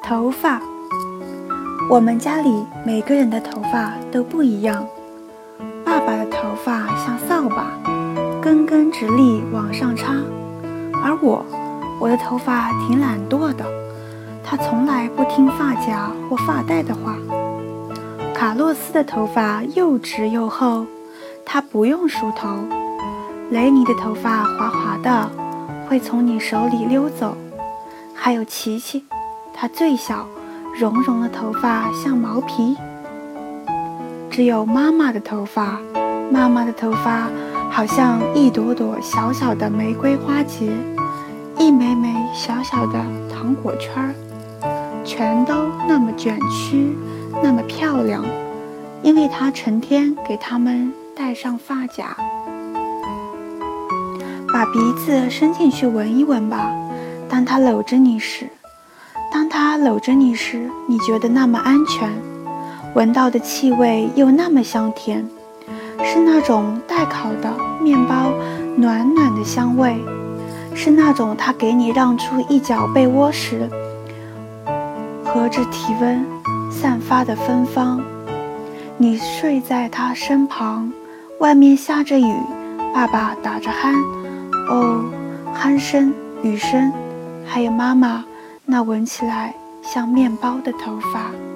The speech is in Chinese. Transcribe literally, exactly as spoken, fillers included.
头发。我们家里每个人的头发都不一样。爸爸的头发像扫把，根根直立往上插，而我，我的头发挺懒惰的，他从来不听发夹或发带的话。卡洛斯的头发又直又厚，他不用梳头。雷尼的头发滑滑的，会从你手里溜走。还有琪琪，她最小，绒绒的头发像毛皮。只有妈妈的头发，妈妈的头发好像一朵朵小小的玫瑰花结，一枚枚小小的糖果圈，全都那么卷曲，那么漂亮，因为她成天给它们戴上发夹。把鼻子伸进去闻一闻吧，当他搂着你时，当他搂着你时，你觉得那么安全，闻到的气味又那么香甜，是那种待烤的面包暖暖的香味，是那种他给你让出一角被窝时，合着体温散发的芬芳。你睡在他身旁，外面下着雨，爸爸打着鼾，哦，鼾声、雨声，还有妈妈那闻起来像面包的头发。